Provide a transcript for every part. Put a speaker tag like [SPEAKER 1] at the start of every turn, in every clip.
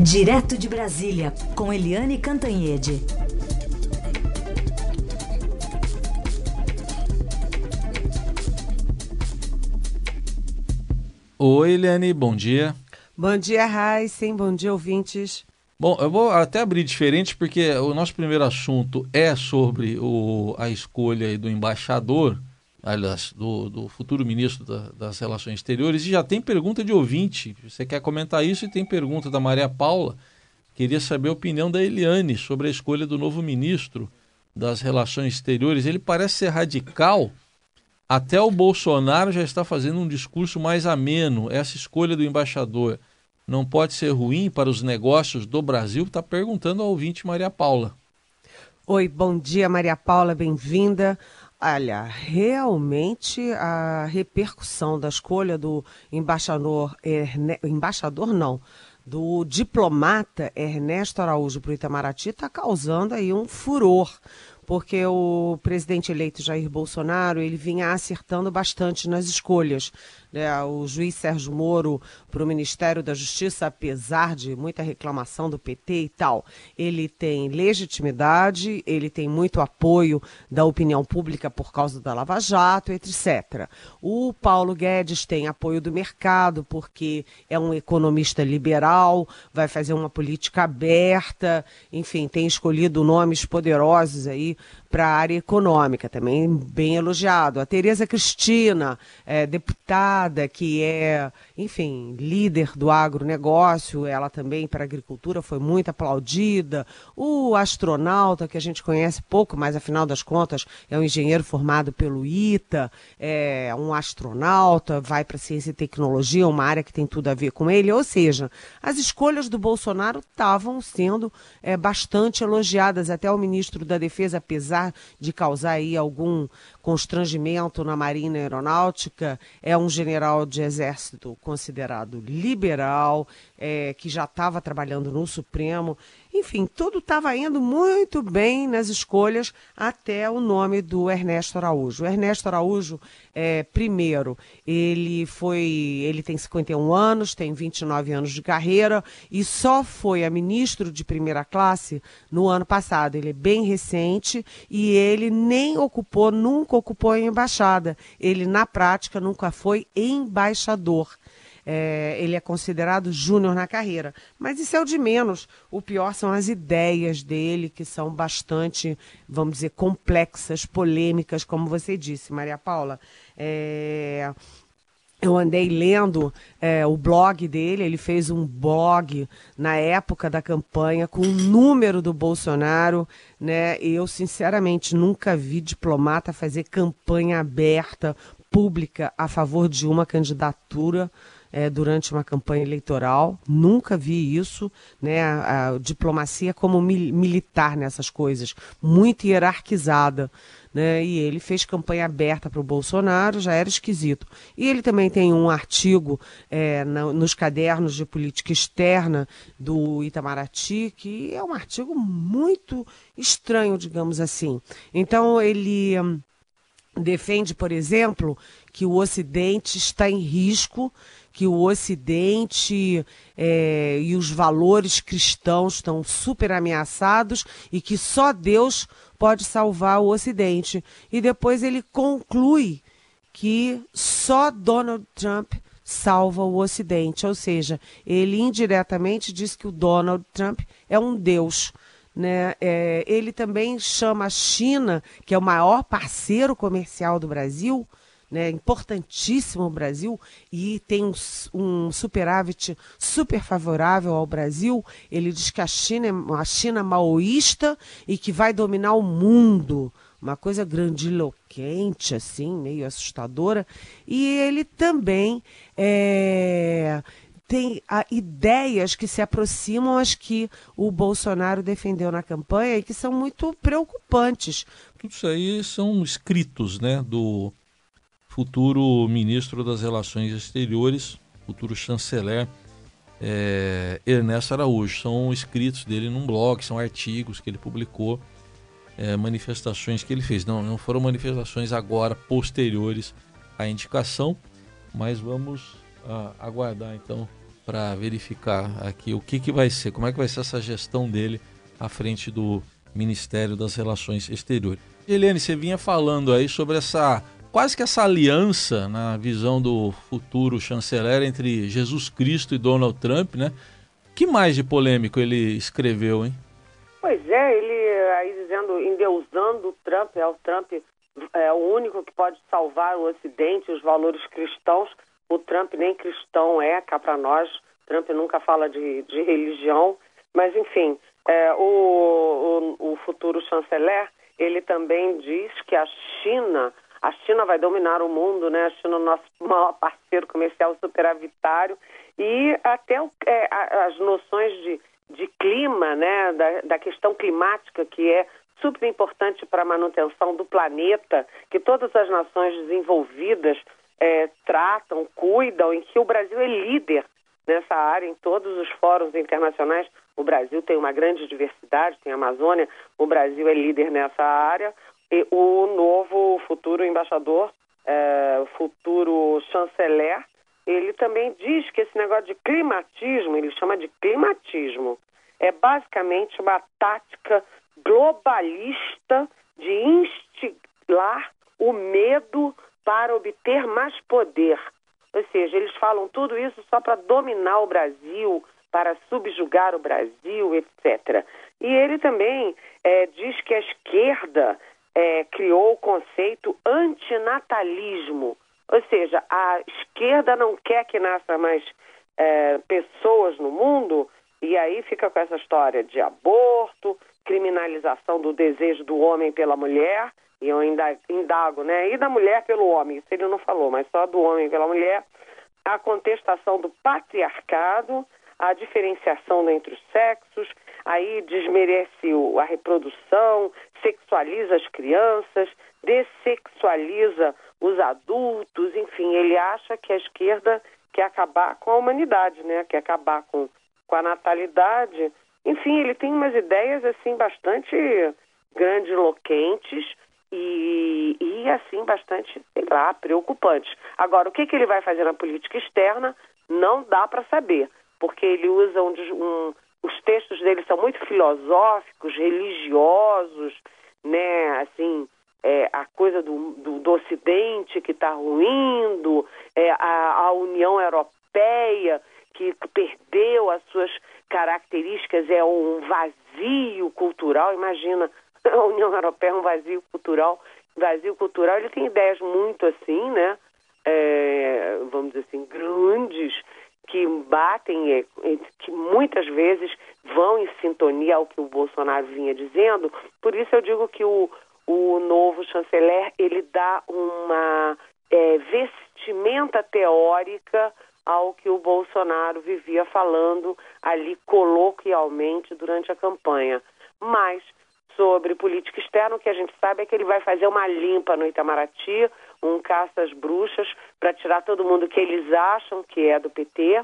[SPEAKER 1] Direto de Brasília, com Eliane Cantanhede.
[SPEAKER 2] Oi, Eliane, bom dia.
[SPEAKER 3] Bom dia, Raíssen, bom dia, ouvintes.
[SPEAKER 2] Bom, eu vou até abrir diferente, porque o nosso primeiro assunto é sobre a escolha do embaixador, aliás, do futuro ministro das Relações Exteriores, e já tem pergunta de ouvinte. Você quer comentar isso? E tem pergunta da Maria Paula. Queria saber a opinião da Eliane sobre a escolha do novo ministro das Relações Exteriores. Ele parece ser radical. Até o Bolsonaro já está fazendo um discurso mais ameno. Essa escolha do embaixador não pode ser ruim para os negócios do Brasil? Está perguntando ao ouvinte Maria Paula.
[SPEAKER 3] Oi, bom dia, Maria Paula, bem-vinda. Olha, realmente a repercussão da escolha do do diplomata Ernesto Araújo para o Itamaraty está causando aí um furor, porque o presidente eleito Jair Bolsonaro, ele vinha acertando bastante nas escolhas, né? O juiz Sérgio Moro para o Ministério da Justiça, apesar de muita reclamação do PT e tal, ele tem legitimidade, ele tem muito apoio da opinião pública por causa da Lava Jato, etc. O Paulo Guedes tem apoio do mercado, porque é um economista liberal, vai fazer uma política aberta, enfim, tem escolhido nomes poderosos aí para a área econômica, também bem elogiado. A Tereza Cristina, deputada, que é, enfim, líder do agronegócio, ela também para a agricultura foi muito aplaudida. O astronauta, que a gente conhece pouco, mas afinal das contas é um engenheiro formado pelo ITA, é um astronauta, vai para ciência e tecnologia, uma área que tem tudo a ver com ele. Ou seja, as escolhas do Bolsonaro estavam sendo bastante elogiadas. Até o ministro da Defesa, apesar de causar aí algum constrangimento na Marinha Aeronáutica, é um general de exército considerado liberal, que já estava trabalhando no Supremo. Enfim, tudo estava indo muito bem nas escolhas até o nome do Ernesto Araújo. O Ernesto Araújo, primeiro, ele tem 51 anos, tem 29 anos de carreira e só foi a ministro de primeira classe no ano passado. Ele é bem recente e ele nunca ocupou a embaixada. Ele, na prática, nunca foi embaixador. Ele é considerado júnior na carreira, mas isso é o de menos. O pior são as ideias dele, que são bastante, vamos dizer, complexas, polêmicas, como você disse, Maria Paula. Eu andei lendo o blog dele, ele fez um blog na época da campanha com o número do Bolsonaro, né? Eu, sinceramente, nunca vi diplomata fazer campanha aberta, pública, a favor de uma candidatura durante uma campanha eleitoral. Nunca vi isso, né? A diplomacia como militar nessas coisas, muito hierarquizada, né? E ele fez campanha aberta para o Bolsonaro, já era esquisito. E ele também tem um artigo nos cadernos de política externa do Itamaraty, que é um artigo muito estranho, digamos assim. Então ele defende, por exemplo, que o Ocidente está em risco, que o Ocidente e os valores cristãos estão super ameaçados e que só Deus pode salvar o Ocidente. E depois ele conclui que só Donald Trump salva o Ocidente. Ou seja, ele indiretamente diz que o Donald Trump é um Deus, né? Ele também chama a China, que é o maior parceiro comercial do Brasil, né, importantíssimo o Brasil, e tem um superávit super favorável ao Brasil. Ele diz que a China é uma China maoísta e que vai dominar o mundo. Uma coisa grandiloquente, assim, meio assustadora. E ele também tem ideias que se aproximam às que o Bolsonaro defendeu na campanha e que são muito preocupantes.
[SPEAKER 2] Tudo isso aí são escritos, né, do futuro ministro das Relações Exteriores, futuro chanceler Ernesto Araújo. São escritos dele num blog, são artigos que ele publicou, manifestações que ele fez. Não foram manifestações agora posteriores à indicação, mas vamos aguardar então para verificar aqui o que vai ser, como é que vai ser essa gestão dele à frente do Ministério das Relações Exteriores. Eliane, você vinha falando aí sobre quase que essa aliança na visão do futuro chanceler entre Jesus Cristo e Donald Trump, né? Que mais de polêmico ele escreveu, hein?
[SPEAKER 4] Pois é, ele aí dizendo, endeusando o Trump é o único que pode salvar o Ocidente, os valores cristãos. O Trump nem cristão cá para nós. Trump nunca fala de religião, mas enfim, o futuro chanceler, ele também diz que a China vai dominar o mundo, né? A China é o nosso maior parceiro comercial superavitário, e até as noções de clima, né? Da questão climática, que é super importante para a manutenção do planeta, que todas as nações desenvolvidas tratam, cuidam, em que o Brasil é líder nessa área, em todos os fóruns internacionais. O Brasil tem uma grande diversidade, tem a Amazônia, o Brasil é líder nessa área. E o novo futuro embaixador, futuro chanceler, ele também diz que esse negócio de climatismo, ele chama de climatismo, é basicamente uma tática globalista de instigar o medo para obter mais poder. Ou seja, eles falam tudo isso só para dominar o Brasil, para subjugar o Brasil, etc. E ele também diz que a esquerda criou o conceito antinatalismo. Ou seja, a esquerda não quer que nasça mais pessoas no mundo, e aí fica com essa história de aborto, criminalização do desejo do homem pela mulher, e eu ainda indago, né? E da mulher pelo homem, isso ele não falou, mas só do homem pela mulher, a contestação do patriarcado, a diferenciação entre os sexos, aí desmerece a reprodução, sexualiza as crianças, dessexualiza os adultos, enfim, ele acha que a esquerda quer acabar com a humanidade, né? Quer acabar com a natalidade. Enfim, ele tem umas ideias assim bastante grandiloquentes e assim bastante, sei lá, preocupantes. Agora, o que ele vai fazer na política externa não dá para saber, porque ele usa os textos dele são muito filosóficos, religiosos, né, assim, a coisa do Ocidente que está ruindo, a União Europeia que perdeu as suas características, é um vazio cultural. Imagina, a União Europeia é um vazio cultural. Ele tem ideias muito assim, né? Vamos dizer assim, grandes, que batem, que muitas vezes vão em sintonia ao que o Bolsonaro vinha dizendo. Por isso eu digo que o novo chanceler, ele dá uma vestimenta teórica ao que o Bolsonaro vivia falando ali coloquialmente durante a campanha. Mas, sobre política externa, o que a gente sabe é que ele vai fazer uma limpa no Itamaraty, um caça às bruxas, para tirar todo mundo que eles acham que é do PT,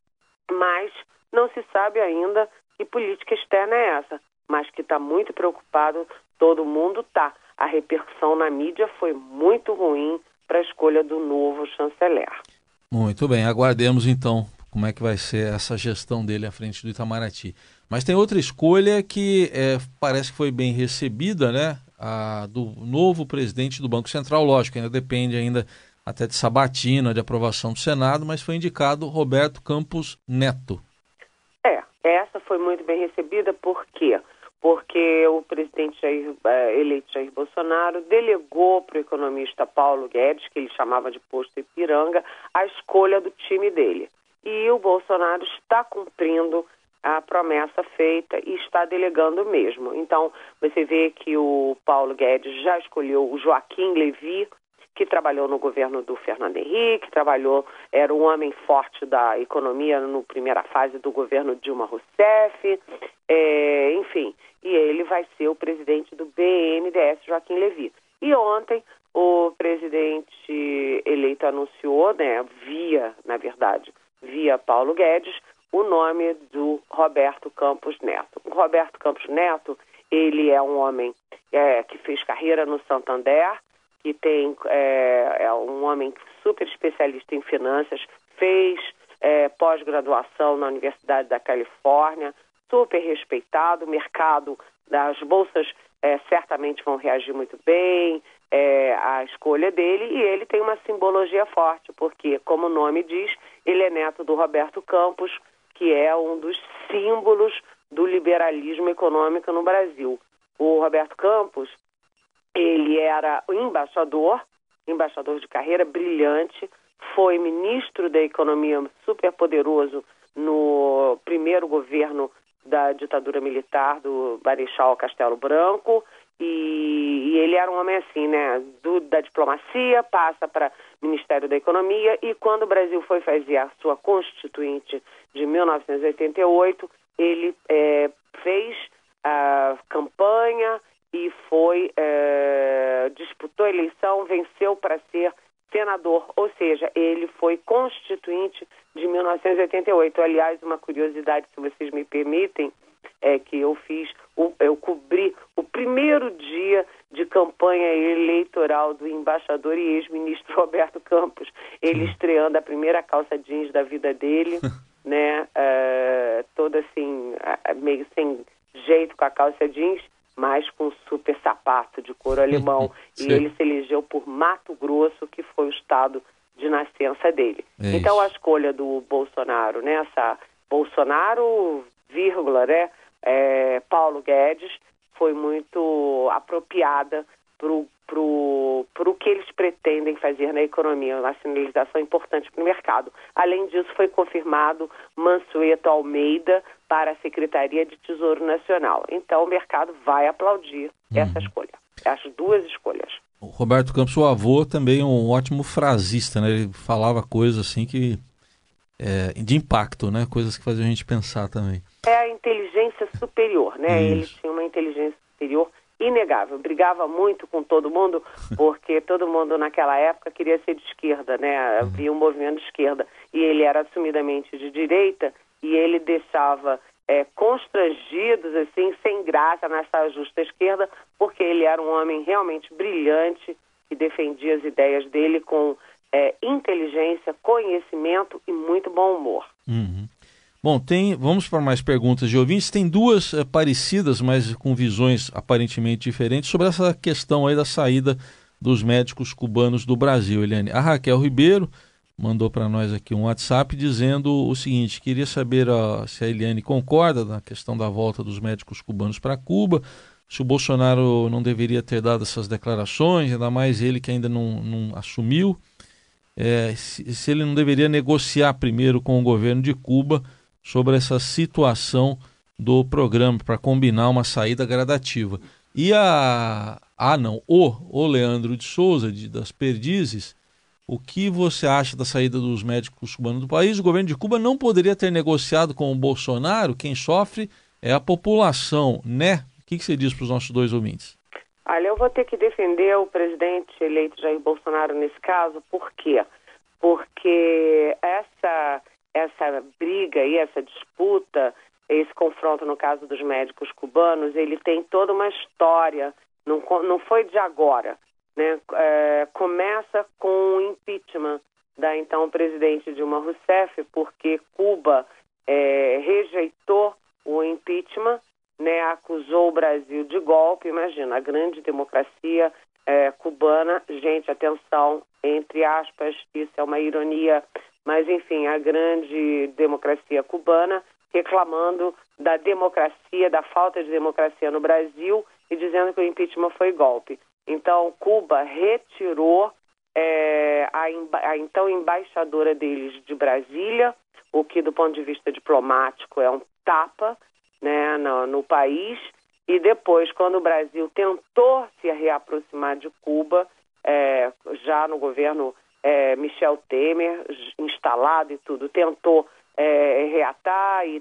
[SPEAKER 4] mas não se sabe ainda que política externa é essa, mas que está muito preocupado, todo mundo está. A repercussão na mídia foi muito ruim para a escolha do novo chanceler.
[SPEAKER 2] Muito bem, aguardemos então como é que vai ser essa gestão dele à frente do Itamaraty. Mas tem outra escolha que parece que foi bem recebida, né? A do novo presidente do Banco Central, lógico, ainda depende ainda até de sabatina, de aprovação do Senado, mas foi indicado Roberto Campos Neto.
[SPEAKER 4] Essa foi muito bem recebida, por quê? Porque o presidente eleito Jair Bolsonaro delegou para o economista Paulo Guedes, que ele chamava de posto Ipiranga, a escolha do time dele. E o Bolsonaro está cumprindo a promessa feita e está delegando mesmo. Então, você vê que o Paulo Guedes já escolheu o Joaquim Levy, que trabalhou no governo do Fernando Henrique, era um homem forte da economia na primeira fase do governo Dilma Rousseff, enfim, e ele vai ser o presidente do BNDES, Joaquim Levy. E ontem o presidente eleito anunciou, né, via Paulo Guedes, o nome do Roberto Campos Neto. O Roberto Campos Neto, ele é um homem que fez carreira no Santander, que é um homem super especialista em finanças, fez pós-graduação na Universidade da Califórnia, super respeitado, o mercado das bolsas certamente vão reagir muito bem à escolha dele, e ele tem uma simbologia forte, porque, como o nome diz, ele é neto do Roberto Campos, que é um dos símbolos do liberalismo econômico no Brasil. O Roberto Campos, ele era embaixador de carreira, brilhante, foi ministro da Economia super poderoso no primeiro governo da ditadura militar do Marechal Castelo Branco, e ele era um homem assim, né, da diplomacia, passa para Ministério da Economia, e quando o Brasil foi fazer a sua Constituinte de 1988, ele fez a campanha e disputou a eleição, venceu para ser senador, ou seja, ele foi constituinte de 1988. Aliás, uma curiosidade, se vocês me permitem, é que eu cobri o primeiro dia de campanha eleitoral do embaixador e ex-ministro Roberto Campos, ele estreando a primeira calça jeans da vida dele, né, toda assim, meio sem jeito com a calça jeans, mas com um super sapato de couro alemão. E ele se elegeu por Mato Grosso, que foi o estado de nascença dele. Então, a escolha do Bolsonaro, né, essa Bolsonaro, vírgula, né, Paulo Guedes, foi muito apropriada pro que eles pretendem fazer na economia, uma sinalização importante para o mercado. Além disso, foi confirmado Mansueto Almeida para a Secretaria de Tesouro Nacional. Então, o mercado vai aplaudir essa escolha, as duas escolhas.
[SPEAKER 2] O Roberto Campos, o avô, também um ótimo frasista, né? Ele falava coisas assim que de impacto, né? Coisas que faziam a gente pensar também.
[SPEAKER 4] É a inteligência superior, né? Ele tinha uma inteligência superior inegável, brigava muito com todo mundo, porque todo mundo naquela época queria ser de esquerda, né? Havia um movimento de esquerda, e ele era assumidamente de direita, e ele deixava constrangidos, assim, sem graça nessa justa esquerda, porque ele era um homem realmente brilhante, que defendia as ideias dele com inteligência, conhecimento e muito bom humor.
[SPEAKER 2] Bom, vamos para mais perguntas de ouvintes. Tem duas parecidas, mas com visões aparentemente diferentes, sobre essa questão aí da saída dos médicos cubanos do Brasil, Eliane. A Raquel Ribeiro mandou para nós aqui um WhatsApp dizendo o seguinte: queria saber se a Eliane concorda na questão da volta dos médicos cubanos para Cuba, se o Bolsonaro não deveria ter dado essas declarações, ainda mais ele que ainda não assumiu, se ele não deveria negociar primeiro com o governo de Cuba sobre essa situação do programa para combinar uma saída gradativa. E o Leandro de Souza, das Perdizes, o que você acha da saída dos médicos cubanos do país? O governo de Cuba não poderia ter negociado com o Bolsonaro? Quem sofre é a população, né? O que você diz para os nossos dois ouvintes?
[SPEAKER 4] Olha, eu vou ter que defender o presidente eleito Jair Bolsonaro nesse caso. Por quê? Porque essa briga e essa disputa, esse confronto no caso dos médicos cubanos, ele tem toda uma história, não foi de agora, né? Começa com o impeachment da então presidente Dilma Rousseff, porque Cuba rejeitou o impeachment, né? Acusou o Brasil de golpe. Imagina, a grande democracia cubana, gente, atenção, entre aspas, isso é uma ironia, mas enfim, a grande democracia cubana reclamando da democracia, da falta de democracia no Brasil e dizendo que o impeachment foi golpe. Então, Cuba retirou a então embaixadora deles de Brasília, o que do ponto de vista diplomático é um tapa, né, no país. E depois, quando o Brasil tentou se reaproximar de Cuba, já no governo Michel Temer, instalado e tudo, tentou reatar e,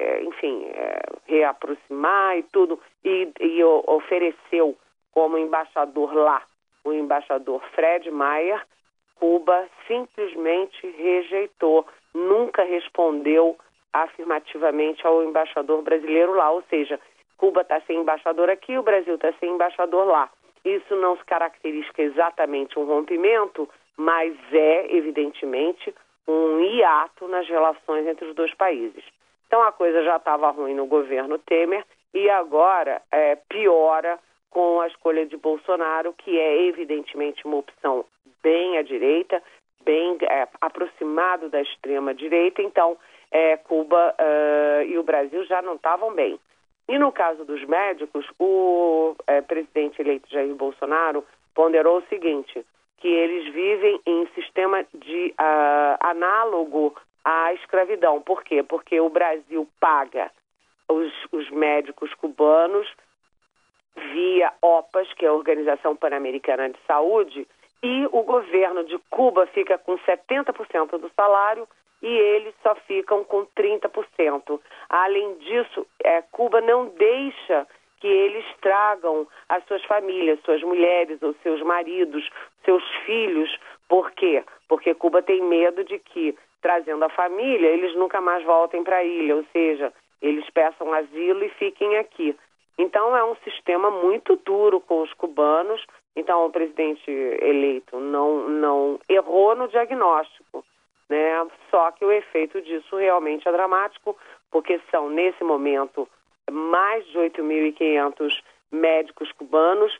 [SPEAKER 4] reaproximar e tudo, e ofereceu como embaixador lá o embaixador Fred Meyer. Cuba simplesmente rejeitou, nunca respondeu afirmativamente ao embaixador brasileiro lá, ou seja, Cuba está sem embaixador aqui, o Brasil está sem embaixador lá. Isso não se caracteriza exatamente um rompimento, mas é, evidentemente, um hiato nas relações entre os dois países. Então a coisa já estava ruim no governo Temer e agora piora com a escolha de Bolsonaro, que é evidentemente uma opção bem à direita, bem aproximado da extrema-direita. Então Cuba e o Brasil já não estavam bem. E no caso dos médicos, o presidente eleito Jair Bolsonaro ponderou o seguinte, que eles vivem em sistema de análogo à escravidão. Por quê? Porque o Brasil paga os médicos cubanos via OPAS, que é a Organização Pan-Americana de Saúde, e o governo de Cuba fica com 70% do salário e eles só ficam com 30%. Além disso, Cuba não deixa que eles tragam as suas famílias, suas mulheres ou seus maridos, seus filhos. Por quê? Porque Cuba tem medo de que, trazendo a família, eles nunca mais voltem para a ilha, ou seja, eles peçam asilo e fiquem aqui. Então é um sistema muito duro com os cubanos. Então o presidente eleito não errou no diagnóstico, né? Só que o efeito disso realmente é dramático, porque são, nesse momento, mais de 8.500 médicos cubanos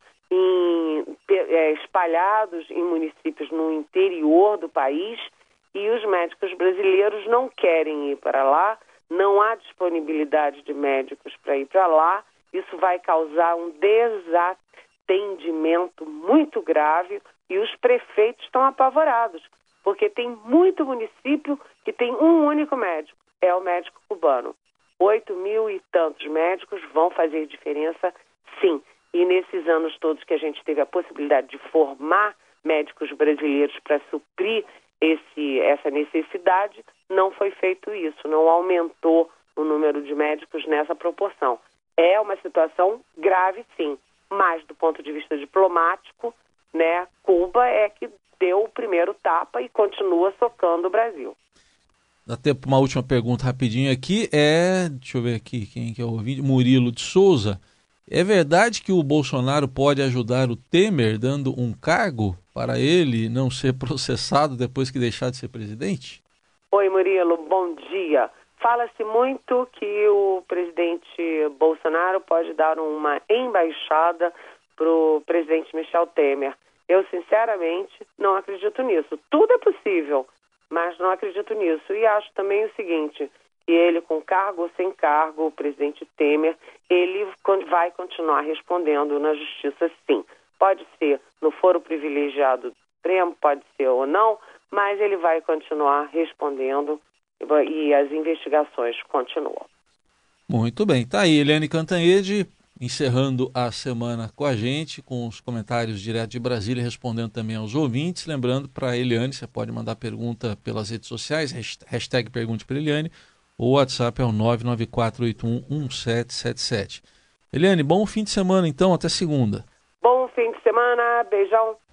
[SPEAKER 4] espalhados em municípios no interior do país, e os médicos brasileiros não querem ir para lá, não há disponibilidade de médicos para ir para lá. Isso vai causar um desatendimento muito grave e os prefeitos estão apavorados, porque tem muito município que tem um único médico, é o médico cubano. 8.000 e tantos médicos vão fazer diferença, sim. E nesses anos todos que a gente teve a possibilidade de formar médicos brasileiros para suprir essa necessidade, não foi feito isso, não aumentou o número de médicos nessa proporção. É uma situação grave, sim, mas do ponto de vista diplomático, né, Cuba é que deu o primeiro tapa e continua socando o Brasil.
[SPEAKER 2] Dá tempo para uma última pergunta rapidinho aqui. Deixa eu ver aqui quem que é o ouvinte, Murilo de Souza. É verdade que o Bolsonaro pode ajudar o Temer dando um cargo para ele não ser processado depois que deixar de ser presidente?
[SPEAKER 4] Oi, Murilo, bom dia. Fala-se muito que o presidente Bolsonaro pode dar uma embaixada para o presidente Michel Temer. Eu, sinceramente, não acredito nisso. Tudo é possível, mas não acredito nisso. E acho também o seguinte, que ele, com cargo ou sem cargo, o presidente Temer, ele vai continuar respondendo na justiça, sim. Pode ser no foro privilegiado do Supremo, pode ser ou não, mas ele vai continuar respondendo e as investigações continuam.
[SPEAKER 2] Muito bem. Tá aí, Eliane Cantanhede, encerrando a semana com a gente, com os comentários direto de Brasília, respondendo também aos ouvintes. Lembrando, para a Eliane, você pode mandar pergunta pelas redes sociais, hashtag Pergunte para Eliane, ou o WhatsApp é o 994811777. Eliane, bom fim de semana então, até segunda.
[SPEAKER 4] Bom fim de semana, beijão.